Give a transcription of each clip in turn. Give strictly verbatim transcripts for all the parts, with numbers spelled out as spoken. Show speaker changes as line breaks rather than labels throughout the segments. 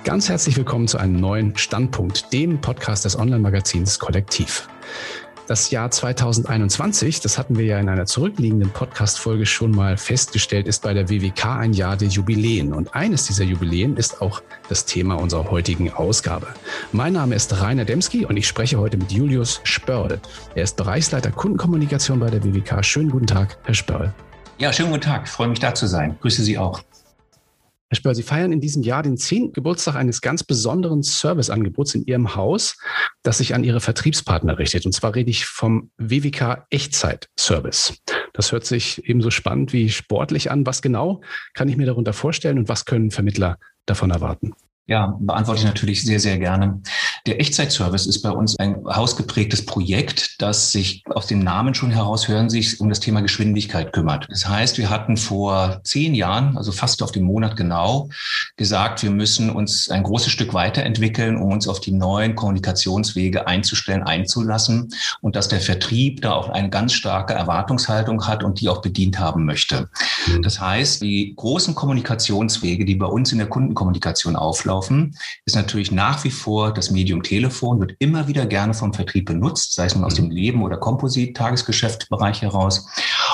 Ganz herzlich willkommen zu einem neuen Standpunkt, dem Podcast des Online-Magazins Kollektiv. Das Jahr zweitausendeinundzwanzig, das hatten wir ja in einer zurückliegenden Podcast-Folge schon mal festgestellt, ist bei der W W K ein Jahr der Jubiläen. Und eines dieser Jubiläen ist auch das Thema unserer heutigen Ausgabe. Mein Name ist Rainer Demski und ich spreche heute mit Julius Spörl. Er ist Bereichsleiter Kundenkommunikation bei der W W K. Schönen guten Tag, Herr Spörl.
Ja, schönen guten Tag. Ich freue mich, da zu sein. Grüße Sie auch.
Herr Spörl, Sie feiern in diesem Jahr den zehnten Geburtstag eines ganz besonderen Serviceangebots in Ihrem Haus, das sich an Ihre Vertriebspartner richtet. Und zwar rede ich vom W W K Echtzeit-Service. Das hört sich ebenso spannend wie sportlich an. Was genau kann ich mir darunter vorstellen und was können Vermittler davon erwarten?
Ja, beantworte ich natürlich sehr, sehr gerne. Der Echtzeitservice ist bei uns ein hausgeprägtes Projekt, das sich aus dem Namen schon heraus hören sich um das Thema Geschwindigkeit kümmert. Das heißt, wir hatten vor zehn Jahren, also fast auf den Monat genau, gesagt, wir müssen uns ein großes Stück weiterentwickeln, um uns auf die neuen Kommunikationswege einzustellen, einzulassen und dass der Vertrieb da auch eine ganz starke Erwartungshaltung hat und die auch bedient haben möchte. Mhm. Das heißt, die großen Kommunikationswege, die bei uns in der Kundenkommunikation auflaufen, ist natürlich nach wie vor das Medium Telefon, wird immer wieder gerne vom Vertrieb benutzt, sei es nun aus dem Leben- oder Komposit-Tagesgeschäftsbereich heraus.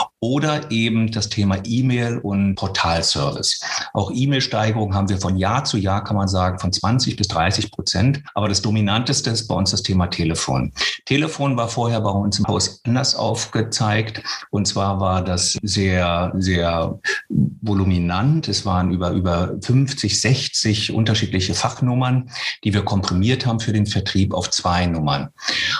Oder eben das Thema E-Mail und Portalservice. Auch E-Mail-Steigerung haben wir von Jahr zu Jahr, kann man sagen, von zwanzig bis dreißig Prozent. Aber das Dominanteste ist bei uns das Thema Telefon. Telefon war vorher bei uns im Haus anders aufgezeigt. Und zwar war das sehr, sehr voluminant. Es waren über, über fünfzig, sechzig unterschiedliche Fachnummern, die wir komprimiert haben für den Vertrieb auf zwei Nummern.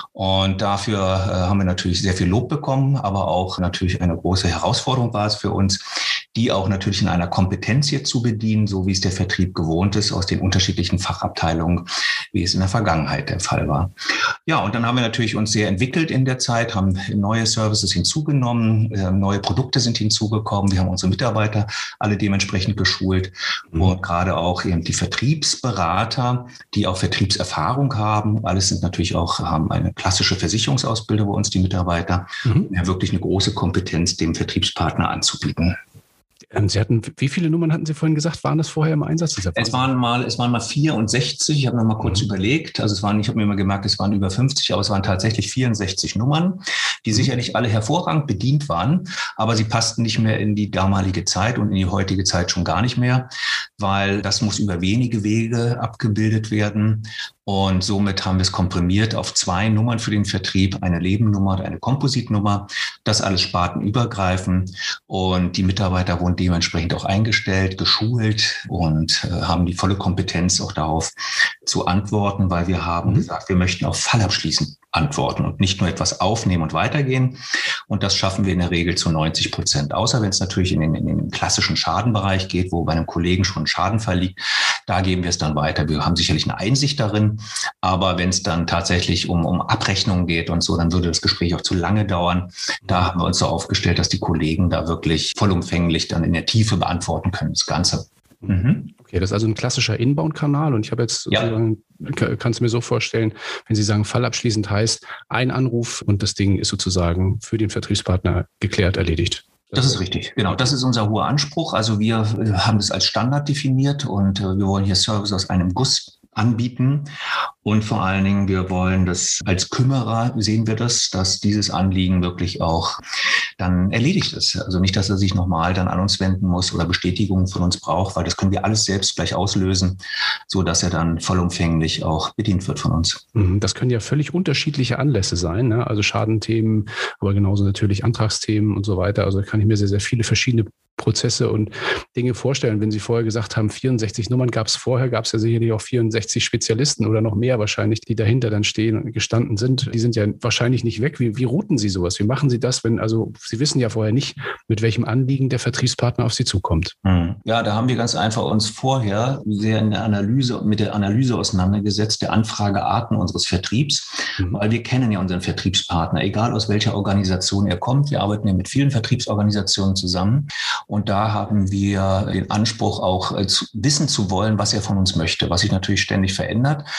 Und dafür äh, haben wir natürlich sehr viel Lob bekommen, aber auch natürlich eine große Herausforderung war es für uns, die auch natürlich in einer Kompetenz hier zu bedienen, so wie es der Vertrieb gewohnt ist aus den unterschiedlichen Fachabteilungen, wie es in der Vergangenheit der Fall war. Ja, und dann haben wir natürlich uns sehr entwickelt in der Zeit, haben neue Services hinzugenommen, äh, neue Produkte sind hinzugekommen, wir haben unsere Mitarbeiter alle dementsprechend geschult mhm. und gerade auch eben die Vertriebsberater, die auch Vertriebserfahrung haben, alles sind natürlich auch, haben eine klassische Versicherungsausbildung bei uns, die Mitarbeiter, mhm. ja wirklich eine große Kompetenz, dem Vertriebspartner anzubieten.
Sie hatten, wie viele Nummern hatten Sie vorhin gesagt, waren das vorher im Einsatz?
Es waren mal, es waren mal vierundsechzig. Ich habe noch mal kurz mhm. überlegt. Also es waren, ich habe mir immer gemerkt, es waren über fünfzig, aber es waren tatsächlich vierundsechzig Nummern, die mhm. sicherlich alle hervorragend bedient waren, aber sie passten nicht mehr in die damalige Zeit und in die heutige Zeit schon gar nicht mehr, weil das muss über wenige Wege abgebildet werden. Und somit haben wir es komprimiert auf zwei Nummern für den Vertrieb, eine Lebennummer und eine Kompositnummer. Das alles spartenübergreifend. Und die Mitarbeiter wurden dementsprechend auch eingestellt, geschult und äh, haben die volle Kompetenz auch darauf zu antworten, weil wir haben mhm. gesagt, wir möchten auf Fallabschließen antworten und nicht nur etwas aufnehmen und weitergehen. Und das schaffen wir in der Regel zu neunzig Prozent. Außer wenn es natürlich in den, in den klassischen Schadenbereich geht, wo bei einem Kollegen schon ein Schadenfall liegt, da geben wir es dann weiter. Wir haben sicherlich eine Einsicht darin, aber wenn es dann tatsächlich um, um Abrechnungen geht und so, dann würde das Gespräch auch zu lange dauern. Da haben wir uns so aufgestellt, dass die Kollegen da wirklich vollumfänglich dann in der Tiefe beantworten können, das Ganze.
Mhm. Okay, das ist also ein klassischer Inbound-Kanal und ich habe jetzt, ja. sozusagen, kannst du mir so vorstellen, wenn Sie sagen, fallabschließend heißt, ein Anruf und das Ding ist sozusagen für den Vertriebspartner geklärt, erledigt.
Das ist richtig, genau. Das ist unser hoher Anspruch. Also wir haben das als Standard definiert und wir wollen hier Service aus einem Guss anbieten. Und vor allen Dingen, wir wollen das als Kümmerer, sehen wir das, dass dieses Anliegen wirklich auch dann erledigt ist. Also nicht, dass er sich nochmal dann an uns wenden muss oder Bestätigungen von uns braucht, weil das können wir alles selbst gleich auslösen, so dass er dann vollumfänglich auch bedient wird von uns.
Das können ja völlig unterschiedliche Anlässe sein, ne? Also Schadenthemen, aber genauso natürlich Antragsthemen und so weiter. Also da kann ich mir sehr, sehr viele verschiedene Prozesse und Dinge vorstellen. Wenn Sie vorher gesagt haben, vierundsechzig Nummern gab es vorher, gab es ja sicherlich auch vierundsechzig Spezialisten oder noch mehr wahrscheinlich, die dahinter dann stehen und gestanden sind. Die sind ja wahrscheinlich nicht weg. Wie, wie routen Sie sowas? Wie machen Sie das, wenn, also Sie wissen ja vorher nicht, mit welchem Anliegen der Vertriebspartner auf Sie zukommt?
Ja, da haben wir ganz einfach uns vorher sehr in der Analyse, mit der Analyse auseinandergesetzt, der Anfragearten unseres Vertriebs, mhm. weil wir kennen ja unseren Vertriebspartner, egal aus welcher Organisation er kommt. Wir arbeiten ja mit vielen Vertriebsorganisationen zusammen. Und da haben wir den Anspruch, auch äh, zu, wissen zu wollen, was er von uns möchte, was sich natürlich ständig verändert. Aber man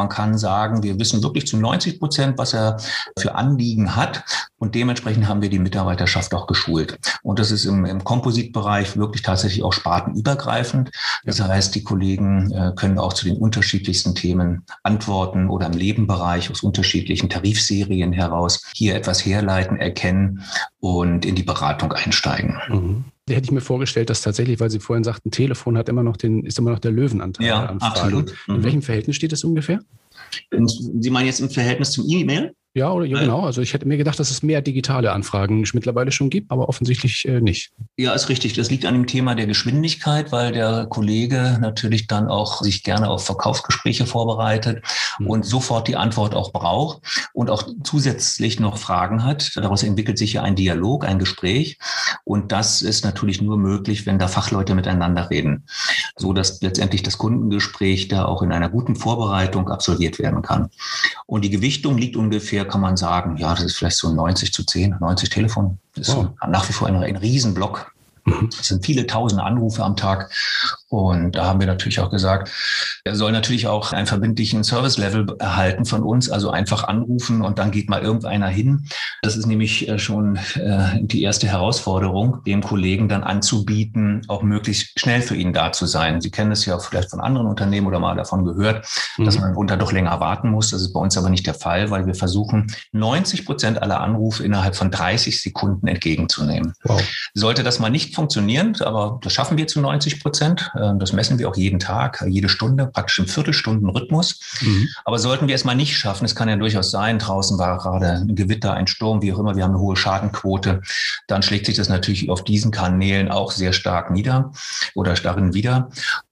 man kann sagen, wir wissen wirklich zu neunzig Prozent, was er für Anliegen hat. Und dementsprechend haben wir die Mitarbeiterschaft auch geschult. Und das ist im, im Kompositbereich wirklich tatsächlich auch spartenübergreifend. Das heißt, die Kollegen äh, können auch zu den unterschiedlichsten Themen antworten oder im Lebenbereich aus unterschiedlichen Tarifserien heraus hier etwas herleiten, erkennen und in die Beratung einsteigen.
Mhm. Da hätte ich mir vorgestellt, dass tatsächlich, weil Sie vorhin sagten, Telefon hat immer noch den, ist immer noch der Löwenanteil.
Ja,
der Anfragen.
absolut. Mhm.
In welchem Verhältnis steht das ungefähr?
Sie meinen jetzt im Verhältnis zum E-Mail?
Ja, oder ja, genau. Also ich hätte mir gedacht, dass es mehr digitale Anfragen mittlerweile schon gibt, aber offensichtlich äh, nicht.
Ja, ist richtig. Das liegt an dem Thema der Geschwindigkeit, weil der Kollege natürlich dann auch sich gerne auf Verkaufsgespräche vorbereitet mhm. und sofort die Antwort auch braucht und auch zusätzlich noch Fragen hat. Daraus entwickelt sich ja ein Dialog, ein Gespräch. Und das ist natürlich nur möglich, wenn da Fachleute miteinander reden, so dass letztendlich das Kundengespräch da auch in einer guten Vorbereitung absolviert werden kann. Und die Gewichtung liegt ungefähr, kann man sagen, ja, das ist vielleicht so neunzig zu zehn, neunzig Telefon. Das ist wow. nach wie vor ein, ein Riesenblock. Es sind viele tausende Anrufe am Tag. Und da haben wir natürlich auch gesagt, er soll natürlich auch einen verbindlichen Service-Level erhalten von uns, also einfach anrufen und dann geht mal irgendeiner hin. Das ist nämlich schon die erste Herausforderung, dem Kollegen dann anzubieten, auch möglichst schnell für ihn da zu sein. Sie kennen es ja vielleicht von anderen Unternehmen oder mal davon gehört, mhm. dass man unter doch länger warten muss. Das ist bei uns aber nicht der Fall, weil wir versuchen, neunzig Prozent aller Anrufe innerhalb von dreißig Sekunden entgegenzunehmen. Wow. Sollte das mal nicht funktionieren, aber das schaffen wir zu neunzig Prozent. Das messen wir auch jeden Tag, jede Stunde, praktisch im Viertelstundenrhythmus. Mhm. Aber sollten wir es mal nicht schaffen, es kann ja durchaus sein, draußen war gerade ein Gewitter, ein Sturm, wie auch immer, wir haben eine hohe Schadenquote, dann schlägt sich das natürlich auf diesen Kanälen auch sehr stark nieder oder darin wieder.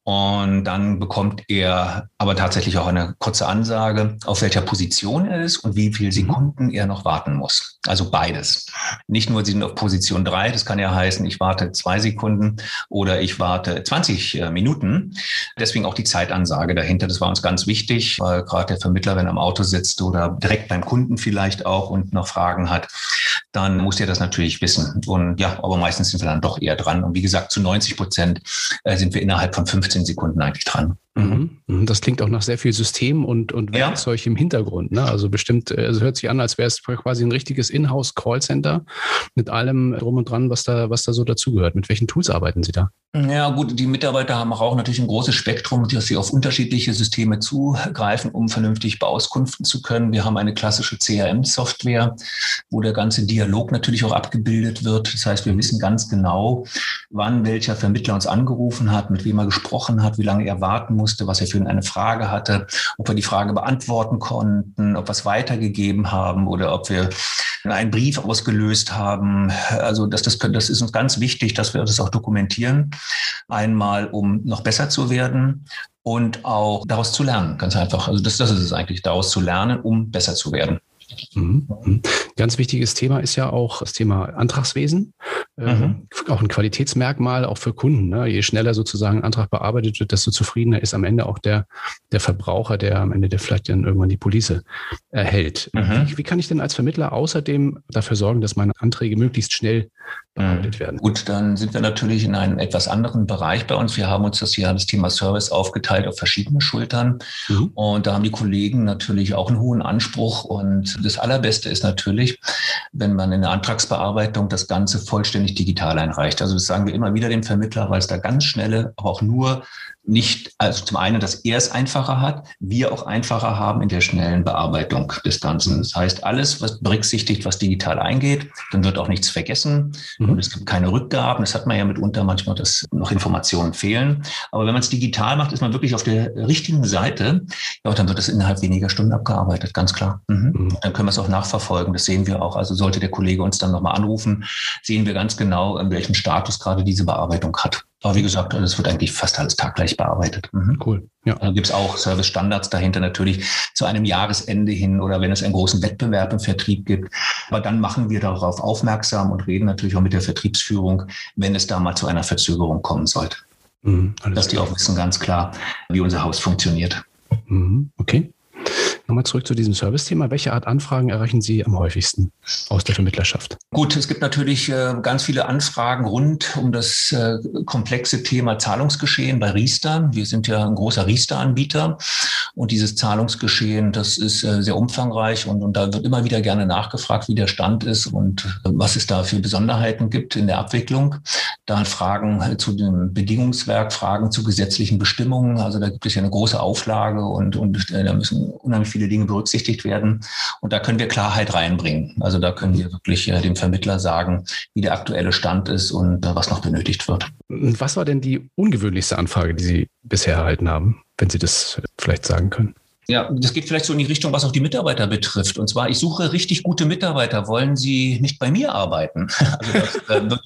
Und dann bekommt er aber tatsächlich auch eine kurze Ansage, auf welcher Position er ist und wie viele Sekunden er noch warten muss. Also beides. Nicht nur, Sie sind auf Position drei, das kann ja heißen, ich warte zwei Sekunden oder ich warte zwanzig Minuten. Deswegen auch die Zeitansage dahinter. Das war uns ganz wichtig, weil gerade der Vermittler, wenn er am Auto sitzt oder direkt beim Kunden vielleicht auch und noch Fragen hat, dann muss er das natürlich wissen. Und ja, aber meistens sind wir dann doch eher dran. Und wie gesagt, zu neunzig Prozent sind wir innerhalb von fünfzehn Sekunden eigentlich dran.
Mhm. Das klingt auch nach sehr viel System und, und Werkzeug ja. im Hintergrund. Ne? Also bestimmt, es hört sich an, als wäre es quasi ein richtiges Inhouse-Callcenter mit allem drum und dran, was da, was da so dazugehört. Mit welchen Tools arbeiten Sie da?
Ja gut, die Mitarbeiter haben auch natürlich ein großes Spektrum, dass sie auf unterschiedliche Systeme zugreifen, um vernünftig beauskunften zu können. Wir haben eine klassische C R M-Software, wo der ganze Dialog natürlich auch abgebildet wird. Das heißt, wir wissen ganz genau, wann welcher Vermittler uns angerufen hat, mit wem er gesprochen hat, wie lange er warten musste, was er für eine Frage hatte, ob wir die Frage beantworten konnten, ob wir es weitergegeben haben oder ob wir einen Brief ausgelöst haben. Also das, das, das ist uns ganz wichtig, dass wir das auch dokumentieren. Einmal, um noch besser zu werden und auch daraus zu lernen. Ganz einfach. Also das, das ist es eigentlich, daraus zu lernen, um besser zu werden.
Mhm. Ganz wichtiges Thema ist ja auch das Thema Antragswesen. Mhm. Äh, auch ein Qualitätsmerkmal, auch für Kunden. Ne? Je schneller sozusagen ein Antrag bearbeitet wird, desto zufriedener ist am Ende auch der, der Verbraucher, der am Ende der vielleicht dann irgendwann die Police erhält. Mhm. Wie, wie kann ich denn als Vermittler außerdem dafür sorgen, dass meine Anträge möglichst schnell bearbeitet werden?
Gut, dann sind wir natürlich in einem etwas anderen Bereich bei uns. Wir haben uns das Jahr das Thema Service aufgeteilt auf verschiedene Schultern. Mhm. Und da haben die Kollegen natürlich auch einen hohen Anspruch. Und das Allerbeste ist natürlich, wenn man in der Antragsbearbeitung das Ganze vollständig digital einreicht. Also das sagen wir immer wieder dem Vermittler, weil es da ganz schnelle, aber auch nur nicht, also zum einen, dass er es einfacher hat, wir auch einfacher haben in der schnellen Bearbeitung des Ganzen. Das heißt, alles, was berücksichtigt, was digital eingeht, dann wird auch nichts vergessen mhm. und es gibt keine Rückgaben. Das hat man ja mitunter manchmal, dass noch Informationen fehlen. Aber wenn man es digital macht, ist man wirklich auf der richtigen Seite. Ja, und dann wird es innerhalb weniger Stunden abgearbeitet, ganz klar. Mhm. Mhm. Dann können wir es auch nachverfolgen. Das sehen wir auch. Also sollte der Kollege uns dann nochmal anrufen, sehen wir ganz genau, in welchem Status gerade diese Bearbeitung hat. Aber wie gesagt, das wird eigentlich fast alles taggleich bearbeitet. Mhm.
Cool. Ja.
Da gibt es auch Service-Standards dahinter natürlich zu einem Jahresende hin oder wenn es einen großen Wettbewerb im Vertrieb gibt. Aber dann machen wir darauf aufmerksam und reden natürlich auch mit der Vertriebsführung, wenn es da mal zu einer Verzögerung kommen sollte. Mhm, dass die auch wissen ganz klar, wie unser Haus funktioniert.
Mhm, okay. Nochmal zurück zu diesem Service-Thema. Welche Art Anfragen erreichen Sie am häufigsten aus der Vermittlerschaft?
Gut, es gibt natürlich äh, ganz viele Anfragen rund um das äh, komplexe Thema Zahlungsgeschehen bei Riester. Wir sind ja ein großer Riester-Anbieter Und dieses Zahlungsgeschehen, das ist äh, sehr umfangreich und, und da wird immer wieder gerne nachgefragt, wie der Stand ist und äh, was es da für Besonderheiten gibt in der Abwicklung. Da Fragen äh, zu dem Bedingungswerk, Fragen zu gesetzlichen Bestimmungen. Also da gibt es ja eine große Auflage und, und äh, da müssen unheimlich viele Dinge berücksichtigt werden. Und da können wir Klarheit reinbringen. Also da können wir wirklich äh, dem Vermittler sagen, wie der aktuelle Stand ist und äh, was noch benötigt wird.
Was war denn die ungewöhnlichste Anfrage, die Sie bisher erhalten haben, wenn Sie das vielleicht sagen können?
Ja, das geht vielleicht so in die Richtung, was auch die Mitarbeiter betrifft. Und zwar, ich suche richtig gute Mitarbeiter. Wollen Sie nicht bei mir arbeiten? Also das, äh,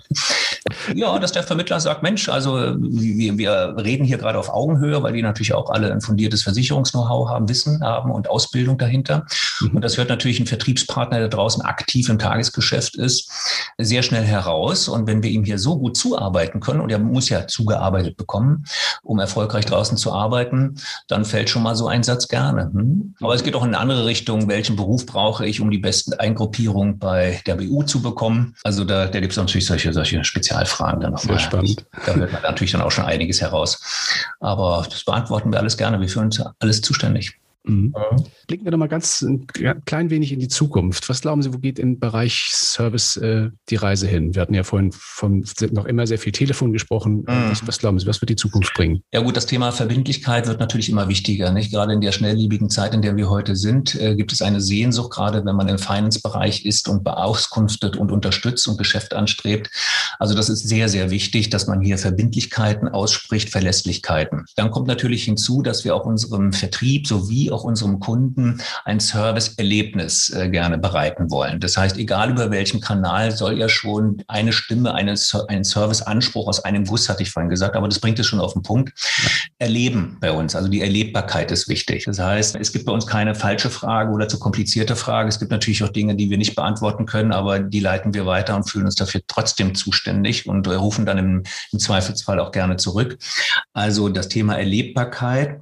ja, dass der Vermittler sagt, Mensch, also wir, wir reden hier gerade auf Augenhöhe, weil die natürlich auch alle ein fundiertes Versicherungs-Know-how haben, Wissen haben und Ausbildung dahinter. Mhm. Und das hört natürlich ein Vertriebspartner, der draußen aktiv im Tagesgeschäft ist, sehr schnell heraus. Und wenn wir ihm hier so gut zuarbeiten können, und er muss ja zugearbeitet bekommen, um erfolgreich draußen zu arbeiten, dann fällt schon mal so ein Satz gerne. Aber es geht auch in eine andere Richtung. Welchen Beruf brauche ich, um die besten Eingruppierungen bei der B U zu bekommen? Also da, da gibt es natürlich solche, solche Spezialfragen dann nochmal.
Sehr spannend.
Da hört man natürlich dann auch schon einiges heraus. Aber das beantworten wir alles gerne. Wir führen uns alles zuständig.
Mhm. Blicken wir noch mal ganz ein klein wenig in die Zukunft. Was glauben Sie, wo geht im Bereich Service äh, die Reise hin? Wir hatten ja vorhin von noch immer sehr viel Telefon gesprochen. Mhm. Was, was glauben Sie, was wird die Zukunft bringen?
Ja gut, das Thema Verbindlichkeit wird natürlich immer wichtiger. Nicht? Gerade in der schnelllebigen Zeit, in der wir heute sind, äh, gibt es eine Sehnsucht, gerade wenn man im Finance-Bereich ist und beauskunftet und unterstützt und Geschäft anstrebt. Also das ist sehr, sehr wichtig, dass man hier Verbindlichkeiten ausspricht, Verlässlichkeiten. Dann kommt natürlich hinzu, dass wir auch unserem Vertrieb sowie auch unserem Kunden ein Service-Erlebnis äh, gerne bereiten wollen. Das heißt, egal über welchen Kanal, soll ja schon eine Stimme, eine, ein Serviceanspruch aus einem Guss, hatte ich vorhin gesagt, aber das bringt es schon auf den Punkt, erleben bei uns. Also die Erlebbarkeit ist wichtig. Das heißt, es gibt bei uns keine falsche Frage oder zu komplizierte Frage. Es gibt natürlich auch Dinge, die wir nicht beantworten können, aber die leiten wir weiter und fühlen uns dafür trotzdem zuständig und rufen dann im, im Zweifelsfall auch gerne zurück. Also das Thema Erlebbarkeit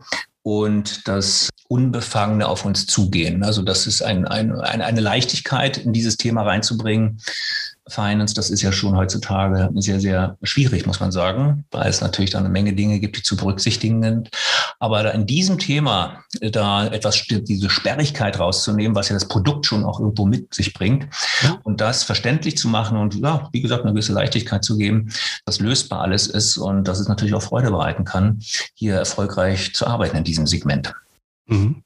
und das Unbefangene auf uns zugehen. Also das ist ein, ein, eine Leichtigkeit, in dieses Thema reinzubringen. Finance, das ist ja schon heutzutage sehr, sehr schwierig, muss man sagen, weil es natürlich da eine Menge Dinge gibt, die zu berücksichtigen sind. Aber da in diesem Thema da etwas, diese Sperrigkeit rauszunehmen, was ja das Produkt schon auch irgendwo mit sich bringt, ja, und das verständlich zu machen und ja, wie gesagt, eine gewisse Leichtigkeit zu geben, dass lösbar alles ist und dass es natürlich auch Freude bereiten kann, hier erfolgreich zu arbeiten in diesem Segment.
Mhm.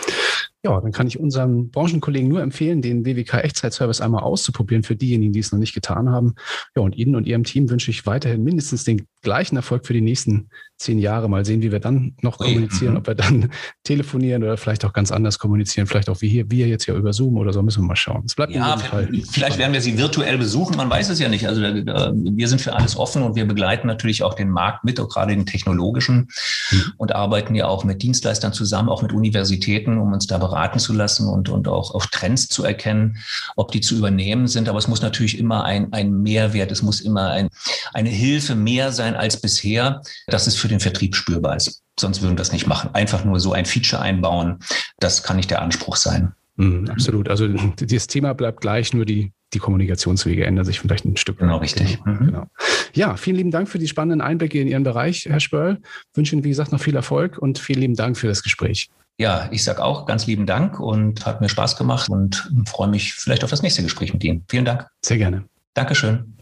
Ja, dann kann ich unseren Branchenkollegen nur empfehlen, den W W K-Echtzeitservice einmal auszuprobieren für diejenigen, die es noch nicht getan haben. Ja, und Ihnen und Ihrem Team wünsche ich weiterhin mindestens den gleichen Erfolg für die nächsten zehn Jahre. Mal sehen, wie wir dann noch kommunizieren, mhm. ob wir dann telefonieren oder vielleicht auch ganz anders kommunizieren, vielleicht auch wie hier, wir jetzt ja über Zoom oder so, müssen wir mal schauen. Es bleibt
ja, vielleicht werden wir Sie virtuell besuchen, man weiß es ja nicht. Also wir sind für alles offen und wir begleiten natürlich auch den Markt mit, auch gerade den technologischen, mhm. und arbeiten ja auch mit Dienstleistern zusammen, auch mit Universitäten, um uns da beraten zu lassen und, und auch auf Trends zu erkennen, ob die zu übernehmen sind. Aber es muss natürlich immer ein, ein Mehrwert, es muss immer ein, eine Hilfe mehr sein als bisher, dass es für den Vertrieb spürbar ist. Sonst würden wir das nicht machen. Einfach nur so ein Feature einbauen, das kann nicht der Anspruch sein.
Mhm, absolut. Also das Thema bleibt gleich, nur die, die Kommunikationswege ändern sich vielleicht ein Stück.
Genau, richtig.
Mhm. Genau. Ja, vielen lieben Dank für die spannenden Einblicke in Ihren Bereich, Herr Spörl. Ich wünsche Ihnen, wie gesagt, noch viel Erfolg und vielen lieben Dank für das Gespräch.
Ja, ich sage auch ganz lieben Dank und hat mir Spaß gemacht und freue mich vielleicht auf das nächste Gespräch mit Ihnen. Vielen Dank.
Sehr gerne.
Dankeschön.